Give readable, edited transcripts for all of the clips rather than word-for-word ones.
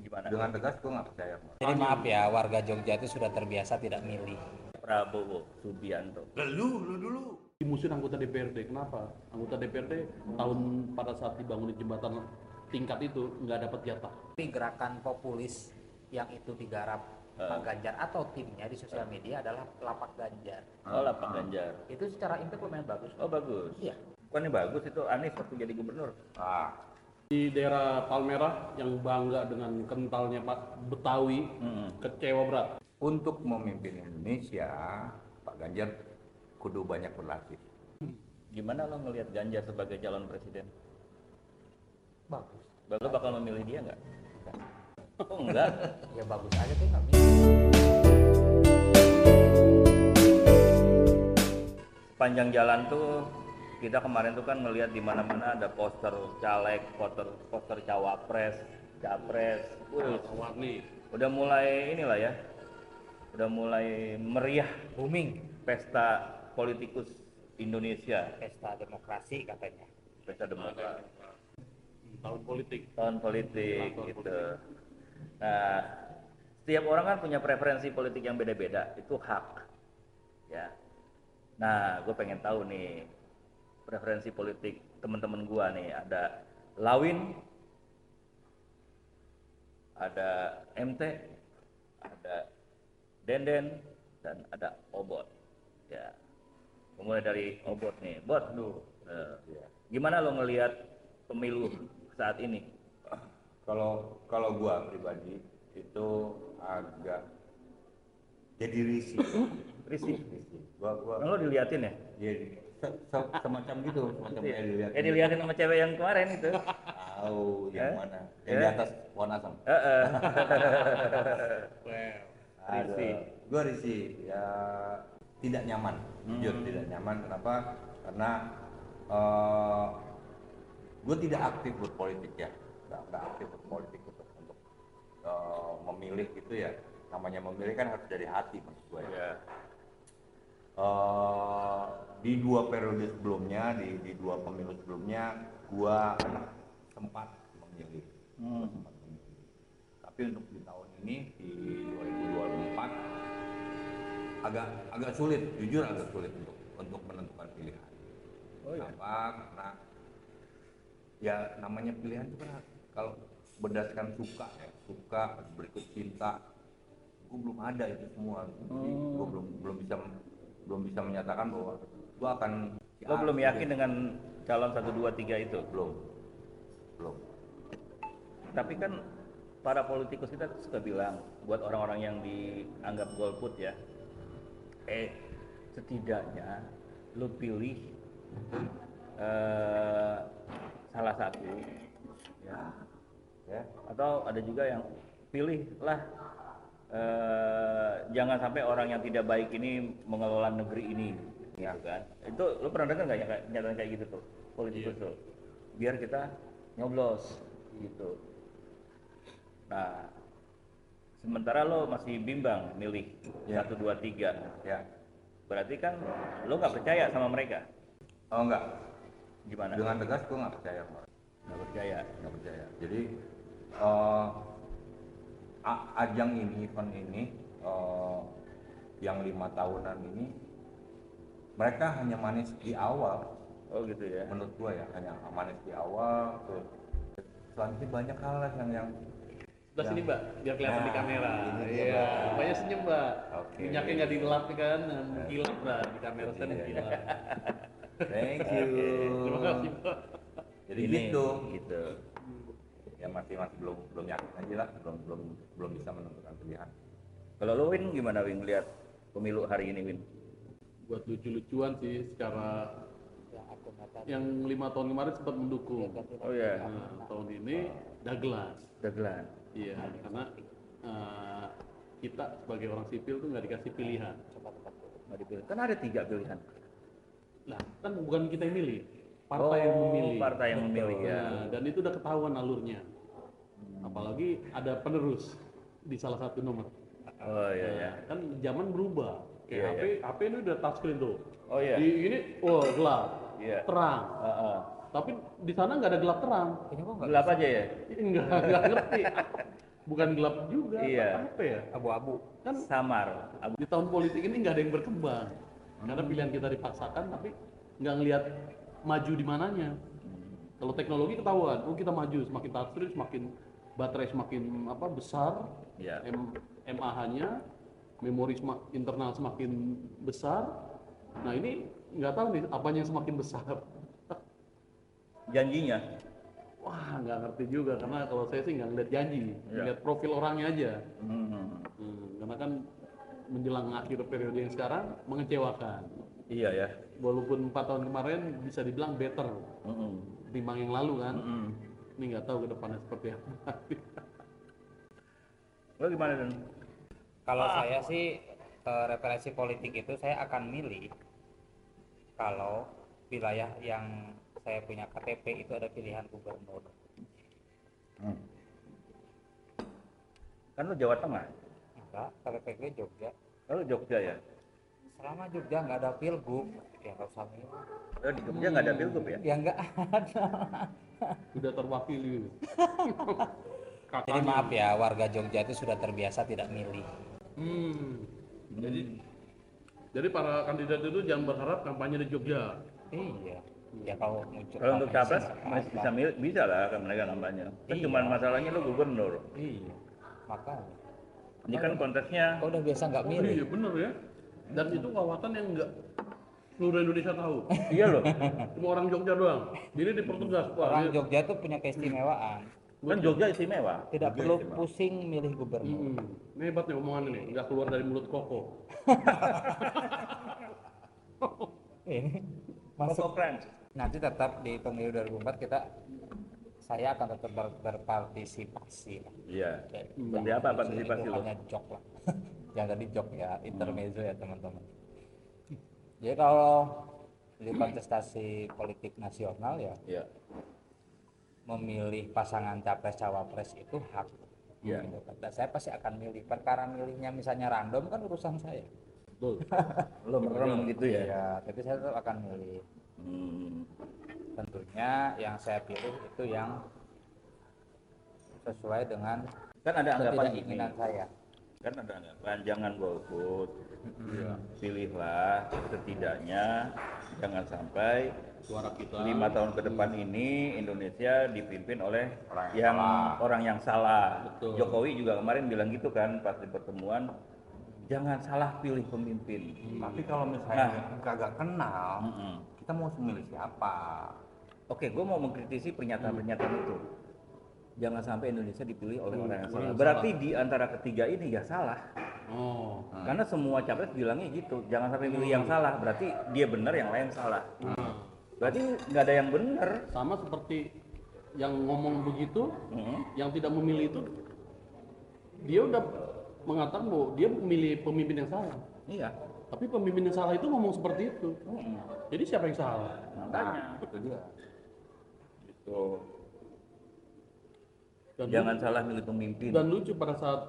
Gimana? Dengan tegas gue nggak percaya. Jadi maaf ya, warga Jogja itu sudah terbiasa tidak milih. Prabowo Subianto. Lu dulu. Dimusuhin anggota DPRD. Kenapa? Anggota DPRD tahun pada saat dibangun jembatan tingkat itu nggak dapat jatah. Tapi gerakan populis yang itu digarap Pak Ganjar atau timnya di sosial media adalah lapak Ganjar. Oh, lapak Ganjar. Itu secara impact lumayan bagus. Oh, bagus. Iya. Bukannya bagus itu Anies waktu jadi gubernur. Di daerah Palmerah yang bangga dengan kentalnya Pak Betawi, kecewa berat. Untuk memimpin Indonesia, Pak Ganjar kudu banyak berlatih. Gimana lo ngelihat Ganjar sebagai calon presiden? Bagus. Lo bakal memilih dia nggak? Oh enggak. Ya bagus aja tuh kami. Sepanjang jalan tuh kita kemarin tuh kan ngelihat di mana-mana ada poster caleg, poster cawapres, capres. Warni. Udah mulai inilah ya. Udah mulai meriah Booming. pesta politikus Indonesia, Pesta demokrasi katanya. pesta demokrasi. Tahun politik. Tahun politik gitu. Nah, setiap orang kan punya preferensi politik yang beda-beda, itu hak. Ya. Nah, gue pengen tahu nih preferensi politik teman-teman gue nih, ada Lawin, ada MT, ada Denden, dan ada Obot. Ya. Mulai dari Obot nih, Bot. Gimana lo ngelihat pemilu saat ini? Kalau gua pribadi itu agak jadi risih. Risih. Gua Lo diliatin ya? jadi semacam gitu, semacam kayak dilihat. Kayak diliatin sama cewek yang kemarin itu. Tahu yang mana? Yang di atas pohon asam. Risih. Gua risih ya, tidak nyaman, jujur tidak nyaman. Kenapa? Karena gue tidak aktif berpolitik ya, nggak aktif berpolitik untuk memilih gitu ya. Namanya memilih kan harus dari hati maksud gue ya. Di dua periode sebelumnya, di dua pemilu sebelumnya, gue sempat memilih. Tapi untuk di tahun ini di 2024 agak sulit, jujur agak sulit untuk menentukan pilihan. Kenapa? Karena ya namanya pilihan itu kan kalau berdasarkan suka berikut cinta, gue belum ada itu semua. Jadi gue belum bisa menyatakan bahwa gue akan. Lo belum yakin dengan calon 1, 2, 3 itu? Belum. Tapi kan para politikus kita suka bilang buat orang-orang yang dianggap golput ya, setidaknya lo pilih salah satu ya, atau ada juga yang pilihlah jangan sampai orang yang tidak baik ini mengelola negeri ini, ya kan? Itu lo pernah dengar nggak ya pernyataan kayak gitu tuh politikus tuh, biar kita nyoblos gitu. Nah, sementara lo masih bimbang milih 1, 2, 3 Ya. berarti kan lo nggak percaya sama mereka. Oh enggak. Gimana? Dengan tegas gue nggak percaya. Nggak percaya. Jadi ajang ini, event ini, yang 5 tahunan ini, mereka hanya manis di awal. Oh gitu ya. Menurut gua ya, hanya manis di awal. Terus selanjutnya banyak hal yang Sebelah sini Mbak, biar kelihatan di kamera. ini dia, Iya, Mbak. Mbaknya senyum Mbak. Oke. Minyaknya nggak dilap kan, mengkilap Mbak di kamera saya mengkilap. thank you. Terima kasih Mbak. Jadi Ini, gitu. gitu. Ya masih belum yakin aja lah, belum bisa menentukan pilihan. Kalau lo Win gimana Win lihat pemilu hari ini Win? Buat lucu-lucuan sih secara yang 5 tahun kemarin sempat mendukung. Oh ya, Nah, tahun ini Douglas. dagelan. Iya, karena kita sebagai orang sipil tuh nggak dikasih pilihan. Nggak dipilih. Kan ada 3 pilihan. Nah, kan bukan kita yang milih, partai yang memilih. Partai yang memilih ya. Nah, dan itu udah ketahuan alurnya. Apalagi ada penerus di salah satu nomor. Oh iya ya. Kan zaman berubah. Kayak HP ini udah touchscreen tuh. Oh iya. Ini gelap, Iya. terang. Tapi di sana nggak ada gelap terang. Gelap aja ya. Nggak ngerti. bukan gelap juga. Iya. Apa ya? Abu-abu. Kan Samar. di tahun politik ini nggak ada yang berkembang. Karena pilihan kita dipaksakan, tapi nggak ngelihat maju di mananya. Kalau teknologi ketahuan, oh kita maju, semakin touchscreen, semakin baterai semakin apa besar, Iya. mAh-nya, memori internal semakin besar. Nah ini nggak tahu nih apanya yang semakin besar. Janjinya. Wah nggak ngerti juga karena kalau saya sih nggak ngeliat janji, Iya. ngeliat profil orangnya aja. Hmm. Karena kan menjelang akhir periode yang sekarang mengecewakan. Iya ya. Walaupun 4 tahun kemarin bisa dibilang better Mm-mm. ketimbang yang lalu kan. Mm-mm. Ini nggak tahu ke depannya seperti apa. Lo gimana Dan? Kalau saya sih referensi politik itu saya akan milih kalau wilayah yang saya punya KTP itu ada pilihan gubernur. Kan lo Jawa Tengah. Enggak, KTP gue Jogja. Lo Jogja ya. Selama Jogja nggak ada pilgub, ya nggak usah milih. Lo di Jogja nggak ada pilgub ya? Ya nggak ada. Udah terwakili. Jadi maaf ya, warga Jogja itu sudah terbiasa tidak milih. Jadi para kandidat itu jangan berharap kampanye di Jogja. Iya. Ya kalau muncul. Kalau untuk kampanye capres sih nggak masih apa-apa. bisa lah kan mereka kampanye. Kan Iya. cuma masalahnya lo gubernur. Iya. Makanya. Ini kan konteksnya Kau udah biasa nggak milih. Iya bener ya. Dan itu kawasan yang nggak seluruh Indonesia tahu. iya loh. Cuma orang Jogja doang. Jadi dipertegas. Wah, Orang ini- Jogja tuh punya keistimewaan. Kan Jogja istimewa. Tidak perlu pusing milih gubernur. Ini hebat nih omongan ini, nggak keluar dari mulut Koko. Ini masuk. Koko Friends. Nanti tetap di pemilu 2004 saya akan tetap berpartisipasi. Iya. Kayak Seperti yang apa itu partisipasi lo? hanya jok lah. Yang tadi jok ya, intermezzo ya teman-teman. Jadi kalau di kontestasi politik nasional ya Iya. memilih pasangan capres cawapres itu hak. Iya. Gitu kan. Dan saya pasti akan milih. Perkara milihnya misalnya random kan urusan saya. Betul. Lo merem gitu ya. Iya, tapi saya tetap akan milih. Tentunya yang saya pilih itu yang sesuai dengan Kan ada anggapan gini. keinginan saya. Kan ada anggapan jangan golput. Pilihlah setidaknya jangan sampai Suara kita. 5 tahun ke depan ini Indonesia dipimpin oleh Orang yang salah. orang yang salah. Betul. Jokowi juga kemarin bilang gitu kan pas di pertemuan, jangan salah pilih pemimpin. Tapi kalau misalnya kagak kenal, Mm-mm. kita mau memilih siapa? Oke, gue mau mengkritisi pernyataan-pernyataan itu. Jangan sampai Indonesia dipilih oleh orang yang orang salah. yang Berarti di antara ketiga ini ya salah. Oh. Karena semua capres bilangnya gitu. Jangan sampai pilih yang salah. Berarti dia benar, yang lain salah. Berarti nggak ada yang benar. Sama seperti yang ngomong begitu, yang tidak memilih itu, dia udah mengatakan bahwa dia memilih pemimpin yang salah. Iya. Tapi pemimpin yang salah itu ngomong seperti itu. Jadi siapa yang salah? Makanya. Itu dia. Gitu. Dan Jangan salah milih pemimpin. dan lucu pada saat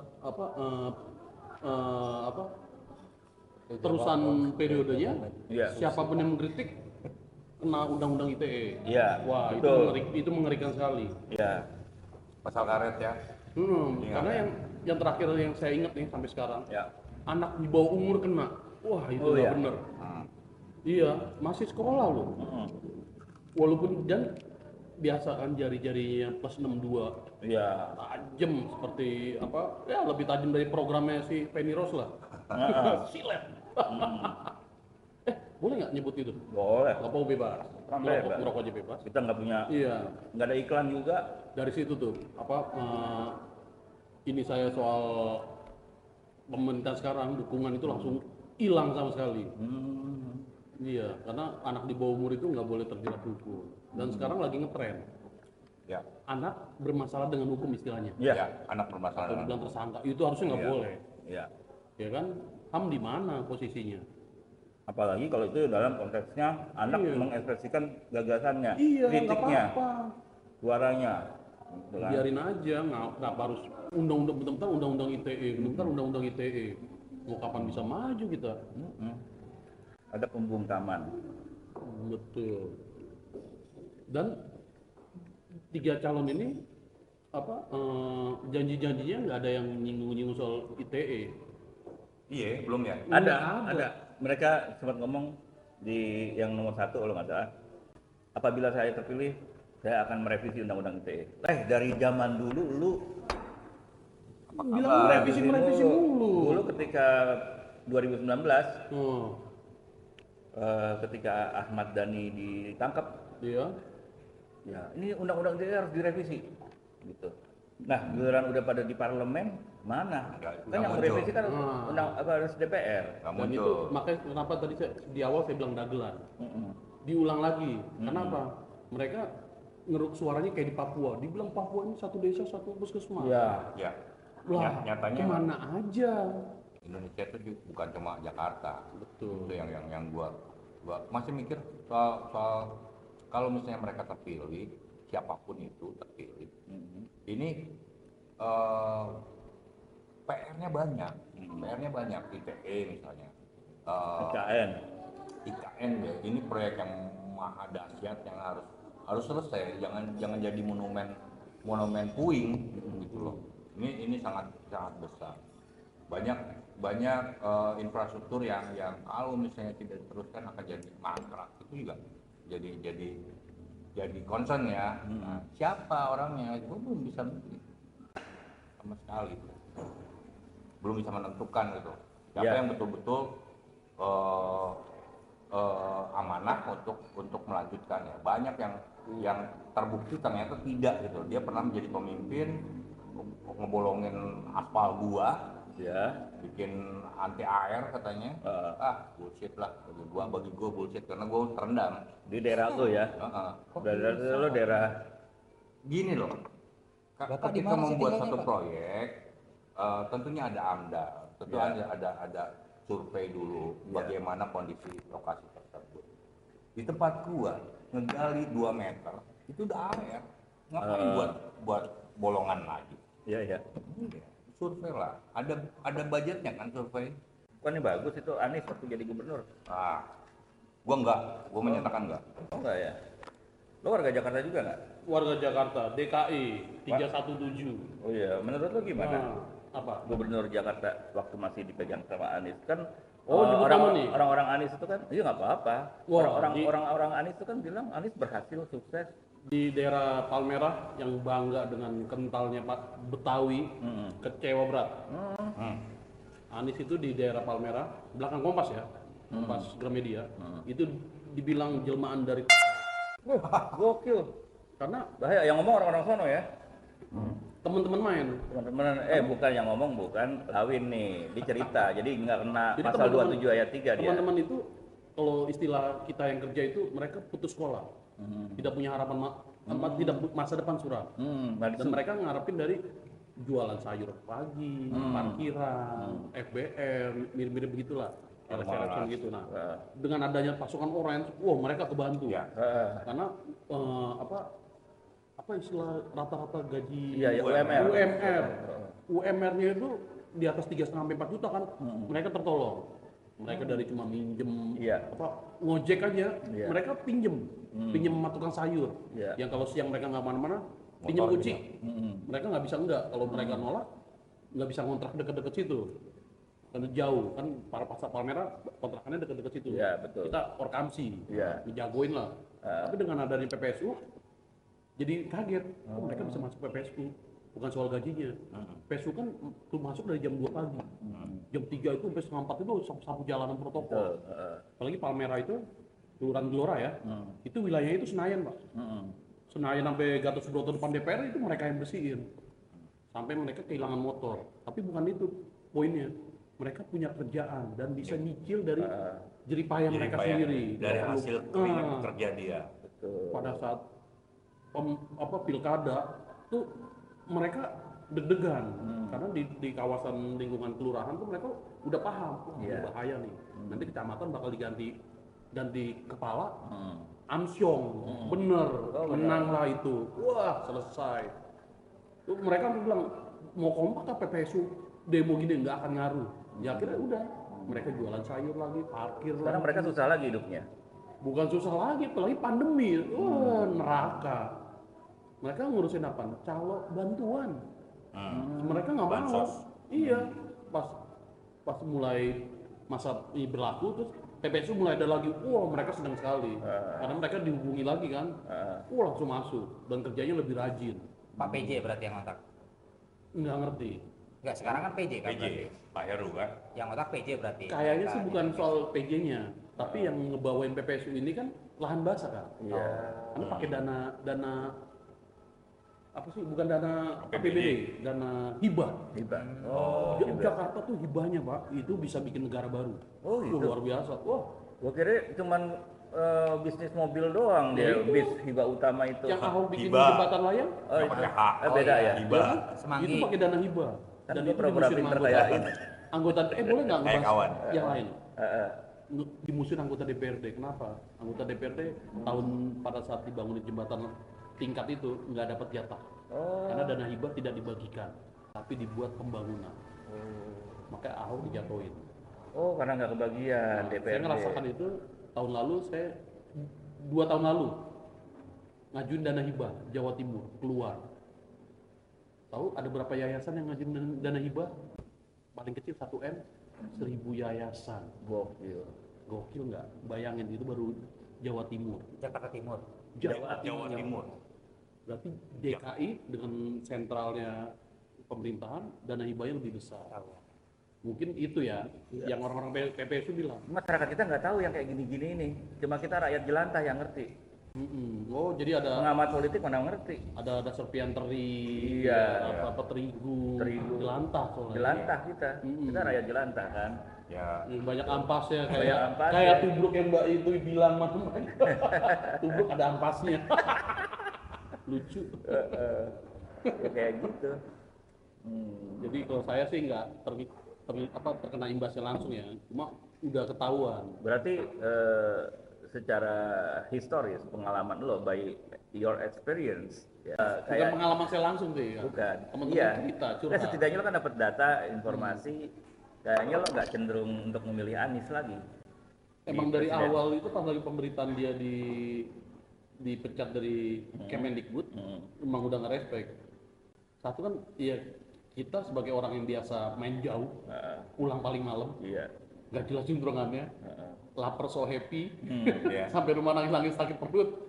terusan periodenya, Iya. siapapun yang mengkritik kena undang-undang ITE. Iya, Wah, betul. itu mengerikan sekali. Iya. Pasal karet ya. Karena yang terakhir yang saya ingat nih sampai sekarang, Ya. anak di bawah umur kena. Wah, itu Oh, nggak iya. bener. Iya, masih sekolah loh. Walaupun dan biasa kan jari-jarinya plus 62 Iya. tajam seperti apa ya lebih tajam dari programnya si Penny Rose lah. Silet. Boleh nggak nyebut itu? Boleh. Nggak mau bebas. Kan Ngerokok, bebas. ngerokok aja bebas. Kita nggak punya, Iya, nggak ada iklan juga. dari situ tuh apa ini saya soal pemerintah sekarang dukungan itu langsung hilang sama sekali. Iya, karena anak di bawah umur itu nggak boleh terjerat hukum. Dan sekarang lagi ngetren Ya. anak bermasalah dengan hukum istilahnya. Iya. Ya, anak bermasalah Atau dengan dibilang tersangka, itu harusnya nggak Iya. boleh. Iya. Ya kan, HAM di mana posisinya? Apalagi kalau itu dalam konteksnya anak Iya. mengekspresikan gagasannya, Iya, nggak kritiknya, apa-apa. suaranya. Gitu kan. Biarin aja, nggak harus undang-undang bentar undang-undang ITE, bentar undang-undang ITE. Mau kapan bisa maju kita? Ada pembungkaman. Betul. Dan 3 calon ini janji-janjinya nggak ada yang nyinggung-nyinggung soal ITE. Iya, belum ya? Nggak Ada. Mereka sempat ngomong di yang nomor 1 kalau nggak salah. Apabila saya terpilih, saya akan merevisi undang-undang ITE. Dari zaman dulu lu Bilang merevisi mulu. Dulu ketika 2019, Oh, ketika Ahmad Dhani ditangkap, iya. ya ini undang-undang ITE harus direvisi, gitu. Nah, giliran udah pada di parlemen, mana? Nggak Kan yang muncul. merevisi kan harus DPR. Nggak Dan itu muncul. makanya kenapa tadi di awal saya bilang dagelan. Diulang lagi. Kenapa? Mereka ngeruk suaranya kayak di Papua. Dibilang Papua ini satu desa satu puskesmas. Ya, Ya. Lah, Nyatanya kemana aja? Indonesia itu bukan cuma Jakarta. Betul. Itu yang gua masih mikir soal kalau misalnya mereka terpilih, siapapun itu terpilih. Ini PR-nya banyak. PR-nya banyak, ITE misalnya. IKN. IKN ya, ini proyek yang maha dahsyat yang harus selesai. Jangan jadi monumen puing gitu loh. Ini sangat besar. Banyak infrastruktur yang kalau misalnya tidak diteruskan akan jadi mangkrak. Itu juga jadi concern ya. Nah, siapa orangnya itu belum bisa sama sekali, belum bisa menentukan gitu. Siapa yang betul-betul amanah untuk melanjutkan ya. Banyak yang terbukti ternyata tidak gitu. Dia pernah menjadi pemimpin, ngebolongin aspal gua, Ya. bikin anti air katanya. Bullshit lah bagi gua bullshit karena gua terendam. Di daerah lu ya. Daerah lu daerah. Gini loh, Bapak di ketika mana sih membuat tinggalnya, satu Pak? proyek, tentunya ada AMDAL, tentu ada survei dulu bagaimana kondisi lokasi tersebut. Di tempat gua ngegali 2 meter itu udah air, ngapain buat bolongan lagi? Iya. Survei lah, ada budgetnya kan survei. Kan ini bagus itu Anies waktu jadi gubernur. Gua enggak, gua menyatakan enggak. Oh enggak ya? Lo warga Jakarta juga nggak? Warga Jakarta, DKI 317. Oh iya, menurut lo gimana? Apa? Gubernur Jakarta waktu masih dipegang sama Anies kan Nyebut nama nih? orang-orang Anies itu kan iya nggak apa-apa. Wah, Orang-orang Anies itu kan bilang Anies berhasil sukses. Di daerah Palmerah yang bangga dengan kentalnya Pak Betawi, kecewa berat. Anies itu di daerah Palmerah, belakang Kompas ya, Kompas Gramedia, itu dibilang jelmaan dari Gokil. karena Bahaya yang ngomong orang-orang sono ya. teman-teman main. Teman-teman bukan yang ngomong bukan Lawin nih. Dia cerita. Jadi nggak kena Jadi pasal teman-teman- 27 ayat 3 dia. Teman-teman itu kalau istilah kita yang kerja itu mereka putus sekolah, tidak punya harapan, tidak masa depan suram. Dan mereka ngarepin dari jualan sayur pagi, parkiran, FBR, mirip-mirip begitulah, LSM gitu. Nah, dengan adanya pasukan orange, wah mereka kebantu. Ya. Karena apa istilah rata-rata gaji Iya, UMR. UMR-nya itu di atas 3,5-4 juta kan, mereka tertolong. Mereka dari cuma minjem Iya. ngojek aja, Iya. mereka pinjem tukang sayur. Iya. Yang kalau siang mereka nggak mana-mana, pinjem Motor kunci. Mm-mm. Mereka nggak bisa enggak, kalau mereka nolak nggak bisa ngontrak deket-deket situ. Karena jauh kan, para pasar Palmerah kontrakannya deket-deket situ. Iya, betul. Kita orkamsi, Iya. dijagoin lah. Tapi dengan adanya PPSU, jadi kaget, mereka bisa masuk PPSU. Bukan soal gajinya. PPSU kan masuk dari jam 2 pagi. Jam 3 itu sampai setengah 4 itu sapu jalanan protokol. Apalagi Palmerah itu, Kelurahan Gelora ya, itu wilayahnya itu Senayan Pak. Senayan sampai Gatot Subroto depan DPR itu mereka yang bersihin. Sampai mereka kehilangan motor. Tapi bukan itu poinnya. Mereka punya kerjaan dan bisa nyicil dari jeripayah mereka sendiri. Dari Nggak perlu- hasil keringat kerja dia. pada saat pilkada tuh mereka deg-degan karena di kawasan lingkungan kelurahan tuh mereka udah paham, ini bahaya nih. Nanti kecamatan bakal diganti kepala, Amsyong, bener, menanglah itu, wah selesai. Tuh mereka bilang mau kompak apa PPSU demo gini nggak akan ngaruh. Ya akhirnya udah, mereka jualan sayur lagi, parkir Sekarang lagi. mereka susah lagi hidupnya. Bukan susah lagi, apalagi pandemi, wah neraka. Mereka ngurusin apa? Calo bantuan. Hmm. Mereka nggak mau. Bansos. Iya, pas mulai masa ini berlaku terus PPSU mulai ada lagi. Wah, mereka senang sekali. Karena mereka dihubungi lagi kan. Langsung masuk dan kerjanya lebih rajin. Pak PJ berarti yang otak. Nggak ngerti. Enggak, sekarang kan PJ kan PJ, berarti. Pak Heru kan. Yang otak PJ berarti. Kayaknya sih Nah, bukan soal PJ-nya, tapi yang ngebawain PPSU ini kan lahan basah kan. Iya. Karena pakai dana apa sih? Bukan dana APBD. APBD, dana hibah. Hibah. Jakarta tuh hibahnya Pak, itu bisa bikin negara baru. Oh, gitu. Luar biasa. Wah, Gua kira cuman bisnis mobil doang dia, itu. bis hibah utama itu. yang Ahok bikin Hibah. jembatan layang, Oh, Nggak itu. pakai hak. Beda ya. Hibah. Semanggi. itu pakai dana hibah. Kan Dan gua itu pura-pura dimusuhin pinter sama kayak anggota. ini. Anggota, boleh nggak Kayak ngebahas kawan. yang lain? Heeh. Dimusuhin anggota DPRD. Kenapa? Anggota DPRD tahun pada saat dibangun jembatan tingkat itu nggak dapat jatah. Oh. Karena dana hibah tidak dibagikan, tapi dibuat pembangunan. Makanya Ahok dijatuhin. Oh, karena nggak kebagian Nah, DPRD. saya ngerasakan itu tahun lalu, saya 2 tahun lalu ngajuin dana hibah Jawa Timur keluar. Tahu ada berapa yayasan yang ngajuin dana hibah? Paling kecil 1 M, 1000 yayasan. Gokil. Gokil nggak? Bayangin itu baru Jawa Timur. Jakarta Timur. Jawa Timur. Berarti DKI dengan sentralnya pemerintahan dana hibahnya lebih besar. Mungkin itu ya yang orang-orang PPSU bilang. Masyarakat kita nggak tahu yang kayak gini-gini ini. Cuma kita rakyat jelantah yang ngerti. Oh, jadi ada Pengamat politik mana ngerti. serpian teri, Iya. apa terigu, Terigu. jelantah soalnya. Jelantah kita. Kita rakyat jelantah kan. Ya. Banyak ampasnya Banyak kayak ampas, kayak ya. tubruk yang Mbak itu bilang mah. Tubruk ada ampasnya. Lucu. Ya, kayak gitu. Jadi kalau saya sih nggak terkena imbasnya langsung ya, cuma udah ketahuan. Berarti secara historis pengalaman lo by your experience ya, Bukan kayak pengalaman saya langsung sih ya. bukan. Teman-teman Iya. cerita, Nah, curhat. setidaknya lo kan dapat data, informasi. Kayaknya lo nggak cenderung untuk memilih Anies lagi. Emang Di dari presiden. awal itu pas lagi pemberitaan dia dipecat dari Kemendikbud, emang udah nggak respect. Satu kan, ya kita sebagai orang yang biasa main jauh, pulang paling malam, Iya. nggak jelas juntrungannya, lapar so happy, Ya. sampai rumah nangis-nangis sakit perut,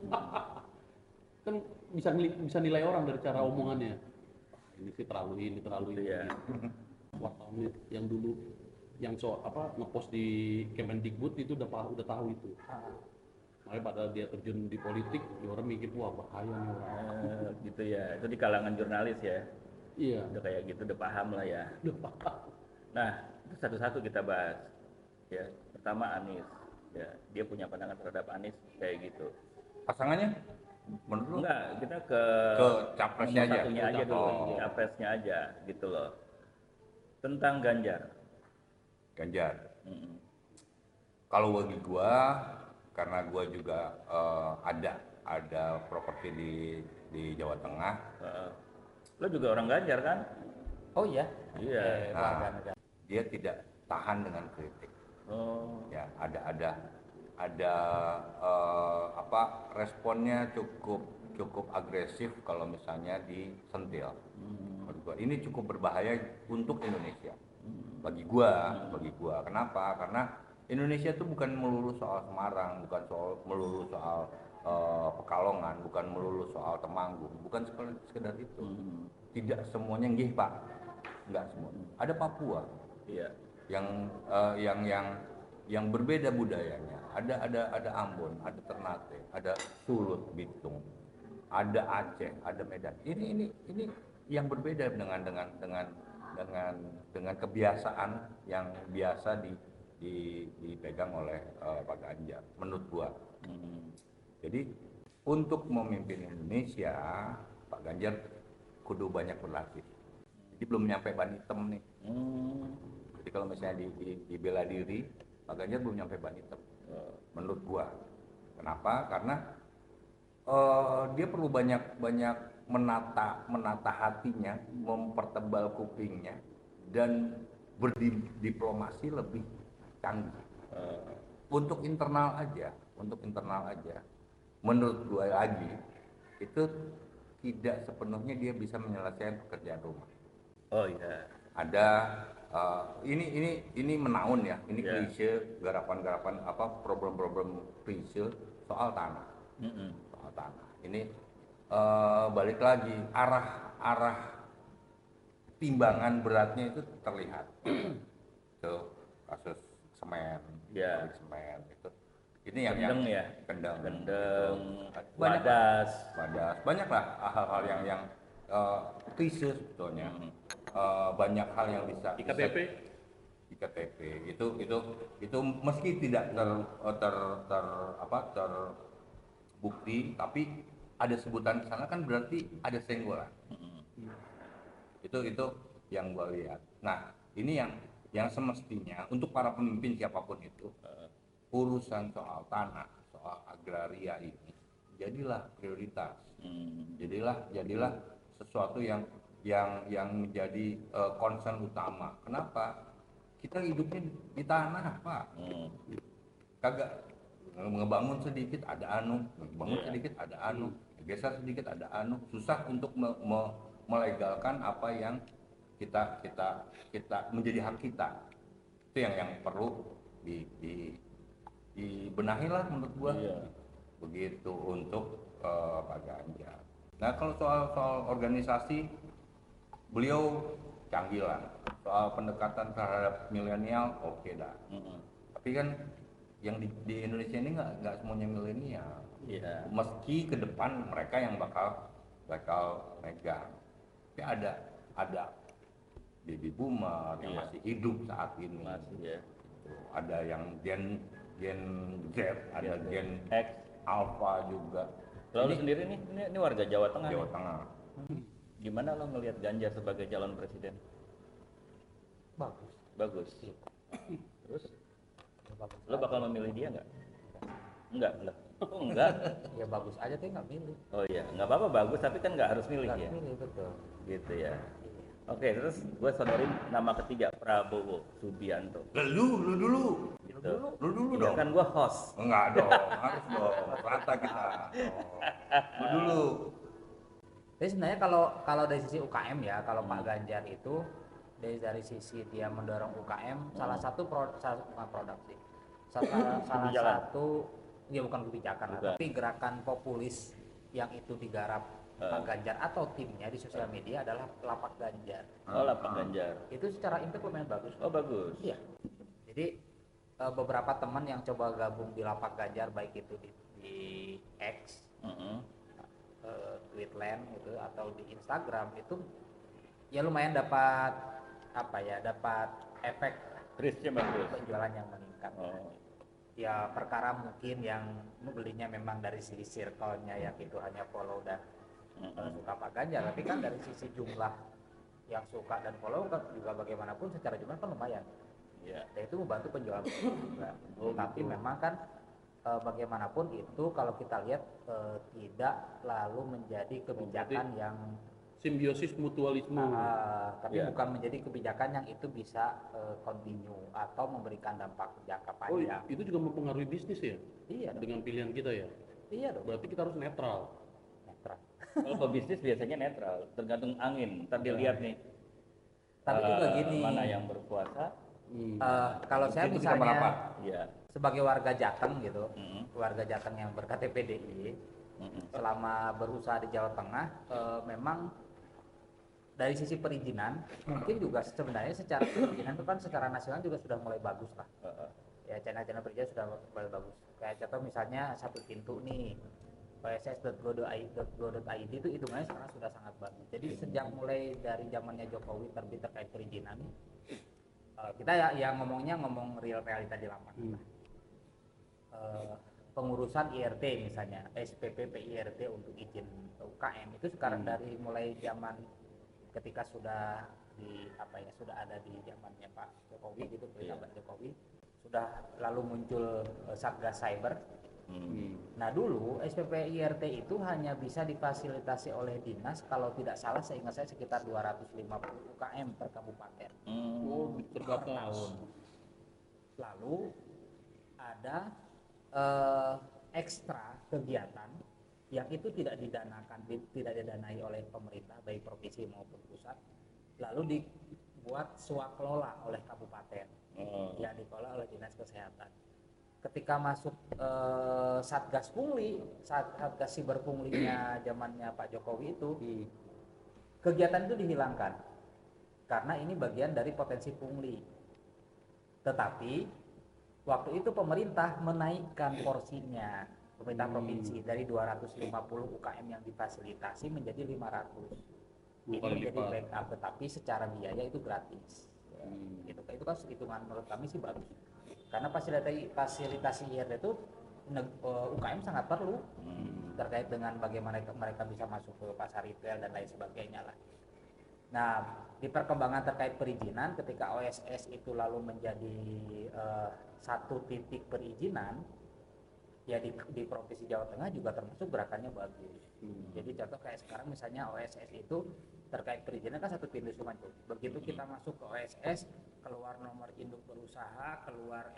kan bisa nilai orang dari cara omongannya. Ini sih terlalu Iya. wartawan yang dulu yang ngepost di Kemendikbud itu udah tahu itu. Makanya pada dia terjun di politik, dia orang mikir wah bahaya nih orang. Gitu ya. Itu di kalangan jurnalis ya. Iya. Udah kayak gitu, udah paham lah ya. Udah paham. Nah, itu satu-satu kita bahas. Ya, pertama Anies. Ya, dia punya pandangan terhadap Anies kayak gitu. Pasangannya? Menurut lu? Enggak, kita ke capresnya nomor aja. satunya aja dulu, Oh. capresnya aja gitu loh. Tentang Ganjar. Ganjar. Mm-mm. Kalau bagi gua, karena gua juga ada properti di Jawa Tengah. Lo juga orang Ganjar kan? Oh iya. Iya. Warga Nah, negara. dia tidak tahan dengan kritik. Oh, Ya, ada responnya cukup agresif kalau misalnya disentil. Menurut gua ini cukup berbahaya untuk Indonesia. Bagi gua. Kenapa? Karena Indonesia itu bukan melulu soal Semarang, bukan melulu soal Pekalongan, bukan melulu soal Temanggung, bukan sekedar itu. Tidak semuanya nggih, Pak. Enggak semua. Ada Papua iya. yang berbeda budayanya. Ada Ambon, ada Ternate, ada Sulut, Bitung, ada Aceh, ada Medan. Ini yang berbeda dengan kebiasaan yang biasa dipegang oleh Pak Ganjar menurut gua. Jadi untuk memimpin Indonesia, Pak Ganjar kudu banyak berlatih. Jadi belum nyampe ban hitam nih. Jadi kalau misalnya di bela diri, Pak Ganjar belum nyampe ban hitam. Menurut gua. Kenapa? Karena dia perlu banyak menata hatinya, mempertebal kupingnya, dan berdiplomasi lebih canggih. Untuk internal aja. Menurut gua lagi itu tidak sepenuhnya dia bisa menyelesaikan pekerjaan rumah. Oh iya. Ada ini menaun ya, ini Ya. klise, garapan-garapan apa problem-problem klise soal tanah. Mm-mm. Soal tanah. Ini balik lagi arah timbangan beratnya itu terlihat. Tuh kasus semen, Ya. pabrik semen itu. Ini yang Kendeng ya. Kendeng, Gendeng, gitu. Wadas. Banyak lah hal-hal yang klise sebetulnya. Banyak hal yang bisa IKTP IKTP itu meski tidak terbukti, tapi ada sebutan ke sana kan berarti ada senggolan. Itu yang gua lihat. Nah, ini yang semestinya untuk para pemimpin siapapun itu, urusan soal tanah, soal agraria ini jadilah prioritas. Jadilah sesuatu yang menjadi concern utama. Kenapa? Kita hidupnya di tanah, Pak. Kagak ngebangun sedikit ada anu, ngebangun Iya. sedikit ada anu, geser sedikit ada anu. Susah untuk melegalkan apa yang kita menjadi hak kita. Itu yang perlu dibenahi lah menurut gua. Iya. Begitu untuk Pak Ganjar. Nah, kalau soal organisasi, beliau canggih lah. Soal pendekatan terhadap milenial, oke dah. Tapi kan yang di Indonesia ini nggak semuanya milenial. Iya. Meski ke depan mereka yang bakal megang. Tapi ada baby boomer yang Iya. masih hidup saat ini. Masih ya. Ada yang Gen Z, ada Gen X. Alpha juga. Kalau lu Ini sendiri nih, ini warga Jawa Tengah. Jawa nih. Tengah. Gimana lo ngelihat Ganjar sebagai calon presiden? Bagus. Bagus. Terus Ya, bagus. lo bakal memilih dia nggak? Enggak lah. Oh enggak. Ya bagus aja tapi nggak milih. Oh iya, nggak apa-apa bagus, tapi kan nggak harus milih Nggak ya. milih betul. Gitu ya. Oke, terus gue sodorin nama ketiga Prabowo Subianto. Lu dulu. Gitu. Lu dulu Ya dong. kan gue host. Enggak dong, harus dong. Rata kita. Lu dulu. Jadi sebenarnya kalau dari sisi UKM ya, kalau Pak Ganjar itu dari sisi dia mendorong UKM, salah satu bukan produk sih, salah Kebijakan. satu ya bukan kebijakan lah, Bukan. tapi gerakan populis yang itu digarap Pak Ganjar atau timnya di sosial media adalah Lapak Ganjar. Oh Lapak Ganjar. Itu secara impact lumayan bagus. Oh bagus. Iya. Jadi beberapa teman yang coba gabung di Lapak Ganjar baik itu di X, Tweetland gitu atau di Instagram itu ya lumayan dapat dapat efek Reach-nya bagus. penjualan yang meningkat. Oh. Ya perkara mungkin yang belinya memang dari sisi circle-nya yang itu hanya follow dan suka Pak Ganjar, tapi kan dari sisi jumlah yang suka dan follow kan juga bagaimanapun secara jumlah kan lumayan. Iya. Dan itu membantu penjualan juga. Tapi memang kan bagaimanapun itu kalau kita lihat tidak lalu menjadi kebijakan yang simbiosis mutualisme. tapi Ya. bukan menjadi kebijakan yang itu bisa continue atau memberikan dampak jangka Oh, panjang. itu juga mempengaruhi bisnis ya Iya dong. dengan pilihan kita ya. Iya dong. Berarti kita harus netral. Netral. Kalau pebisnis biasanya netral, tergantung angin. Ntar dilihat nih. Tapi juga gini. Mana yang berkuasa? Kalau saya Itu kita merapat. misalnya Iya. sebagai warga Jateng gitu, Mm. warga Jateng yang berKTP DI, selama berusaha di Jawa Tengah, memang dari sisi perizinan mungkin juga sebenarnya secara perizinan itu kan secara nasional juga sudah mulai bagus lah. Ya channel-channel perizinan sudah mulai bagus. Kayak contoh misalnya satu pintu nih, oss.go.id itu hitungannya sekarang sudah sangat bagus. Jadi sejak mulai dari zamannya Jokowi terbit terkait perizinan, kita ya ngomong real realita di lapangan. Pengurusan IRT misalnya, SPP PIRT untuk izin UKM itu sekarang dari mulai zaman ketika sudah sudah ada di zamannya Pak Jokowi gitu, Pak Jokowi sudah lalu muncul Satgas Cyber. Nah dulu SPP IRT itu hanya bisa difasilitasi oleh dinas, kalau tidak salah seingat saya sekitar 250 UKM per kabupaten. Oh, terbatas. Tahun. Lalu ada ekstra kegiatan yang itu tidak didanai oleh pemerintah baik provinsi maupun pusat, lalu dibuat swaklola oleh kabupaten, yang dikelola oleh dinas kesehatan. Ketika masuk satgas pungli, satgas siber punglinya zamannya Pak Jokowi itu, kegiatan itu dihilangkan karena ini bagian dari potensi pungli. Tetapi waktu itu pemerintah menaikkan porsinya, pemerintah provinsi dari 250 UKM yang difasilitasi menjadi 500. Ini menjadi backup, tetapi secara biaya itu gratis. Gitu. Itu kan hitungan menurut kami sih bagus. Karena fasilitasi IRD itu UKM sangat perlu terkait dengan bagaimana mereka bisa masuk ke pasar retail dan lain sebagainya lah. Nah, di perkembangan terkait perizinan ketika OSS itu lalu menjadi satu titik perizinan, ya di Provinsi Jawa Tengah juga termasuk gerakannya bagus. Jadi contoh kayak sekarang misalnya OSS itu terkait perizinan kan satu pintu cuma tuh. Begitu kita masuk ke OSS, keluar nomor induk berusaha, keluar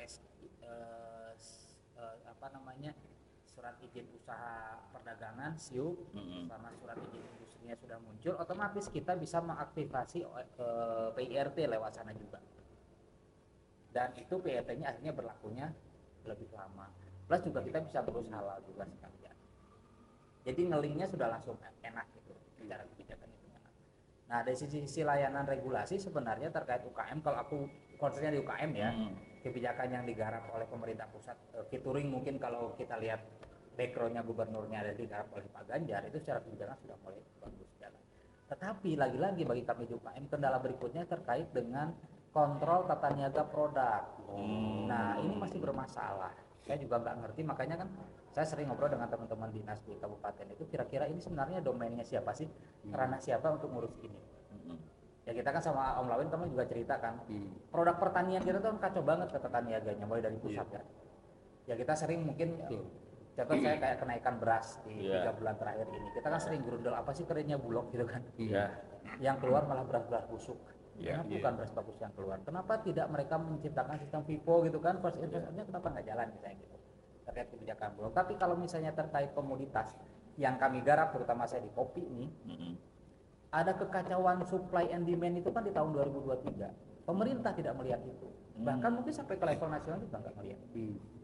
surat izin usaha perdagangan SIUP, sama surat izin industrinya sudah muncul, otomatis kita bisa mengaktifasi PIRT lewat sana juga. Dan itu PIRT-nya akhirnya berlakunya lebih lama. Plus juga kita bisa berusaha halal juga sekalian. Jadi ngelingnya sudah langsung enak gitu, secara kebijakan itu enak. Nah dari sisi layanan regulasi sebenarnya terkait UKM, kalau aku concernnya di UKM ya, kebijakan yang digarap oleh pemerintah pusat, featuring mungkin kalau kita lihat backgroundnya gubernurnya ada digarap oleh Pak Ganjar, itu secara kebijakan sudah mulai bagus jalan. Tetapi lagi-lagi bagi kami di UKM kendala berikutnya terkait dengan kontrol tata niaga produk. Nah ini masih bermasalah. Saya juga nggak ngerti, makanya kan saya sering ngobrol dengan teman-teman dinas di kabupaten itu, kira-kira ini sebenarnya domainnya siapa sih, ranah siapa untuk ngurus ini. Ya kita kan sama Om Lawin teman juga cerita kan, produk pertanian kita tuh kacau banget ke tata niaganya mulai dari pusat kan. Ya kita sering mungkin contoh saya kayak kenaikan beras di 3 bulan terakhir ini, kita kan sering gerundel apa sih kerennya Bulog gitu kan. Yang keluar malah beras-beras busuk. Kenapa bukan beras bagus yang keluar? Kenapa tidak mereka menciptakan sistem FIFO gitu kan? First investmentnya kenapa nggak jalan misalnya gitu terkait kebijakan Bulog. Tapi kalau misalnya terkait komoditas yang kami garap, terutama saya di kopi ini, ada kekacauan supply and demand itu kan di tahun 2023. Pemerintah tidak melihat itu. Bahkan mungkin sampai ke level nasional juga nggak melihat.